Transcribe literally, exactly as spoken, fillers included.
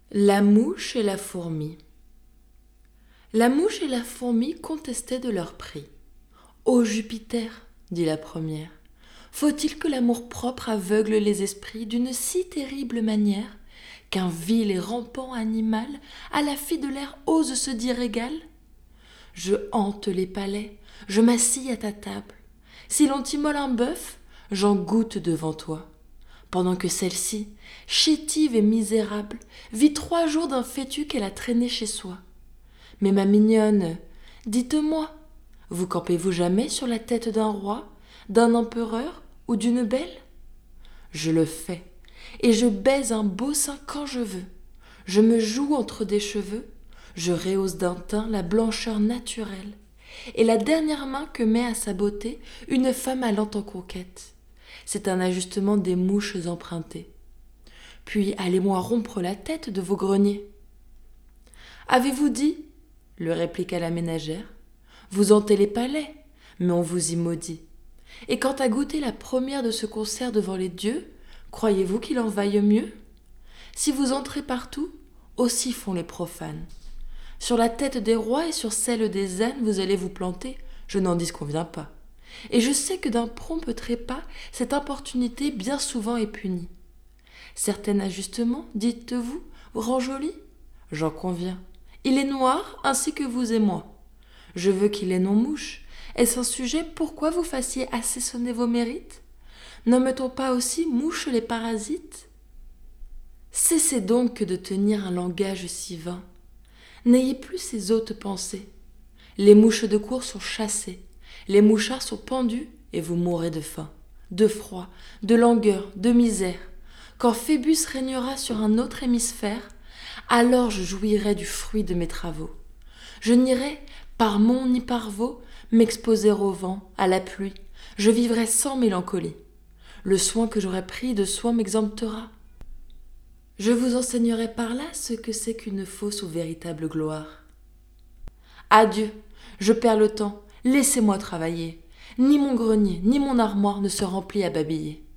La mouche et la fourmi. La mouche et la fourmi contestaient de leur prix. « Ô Jupiter, dit la première, faut-il que l'amour-propre aveugle les esprits d'une si terrible manière qu'un vil et rampant animal à la fille de l'air ose se dire égal ? Je hante les palais, je m'assis à ta table. Si l'on t'immole un bœuf, j'en goûte devant toi. Pendant que celle-ci, chétive et misérable, vit trois jours d'un fétu qu'elle a traîné chez soi. Mais ma mignonne, dites-moi, vous campez-vous jamais sur la tête d'un roi, d'un empereur ou d'une belle ? Je le fais, et je baise un beau sein quand je veux. Je me joue entre des cheveux, je rehausse d'un teint la blancheur naturelle, et la dernière main que met à sa beauté une femme allant en conquête. C'est un ajustement des mouches empruntées. Puis allez-moi rompre la tête de vos greniers. Avez-vous dit, lui répliqua la ménagère, vous hantez les palais, mais on vous y maudit. Et quant à goûter la première de ce concert devant les dieux, croyez-vous qu'il en vaille mieux ? Si vous entrez partout, aussi font les profanes. Sur la tête des rois et sur celle des ânes vous allez vous planter, je n'en disconviens pas. Et je sais que d'un prompt trépas, cette importunité bien souvent est punie. Certain ajustement, dites-vous, vous rend joli ? J'en conviens. Il est noir, ainsi que vous et moi. Je veux qu'il ait non-mouche. Est-ce un sujet pourquoi vous fassiez assaisonner vos mérites ? Nomme-t-on pas aussi mouche les parasites ? Cessez donc de tenir un langage si vain. N'ayez plus ces hautes pensées. Les mouches de cour sont chassées. Les mouchards sont pendus et vous mourrez de faim, de froid, de langueur, de misère. Quand Phébus régnera sur un autre hémisphère, alors je jouirai du fruit de mes travaux. Je n'irai, par mont ni par vaux, m'exposer au vent, à la pluie. Je vivrai sans mélancolie. Le soin que j'aurai pris de soin m'exemptera. Je vous enseignerai par là ce que c'est qu'une fausse ou véritable gloire. Adieu, je perds le temps. Laissez-moi travailler. Ni mon grenier, ni mon armoire ne se remplit à babiller.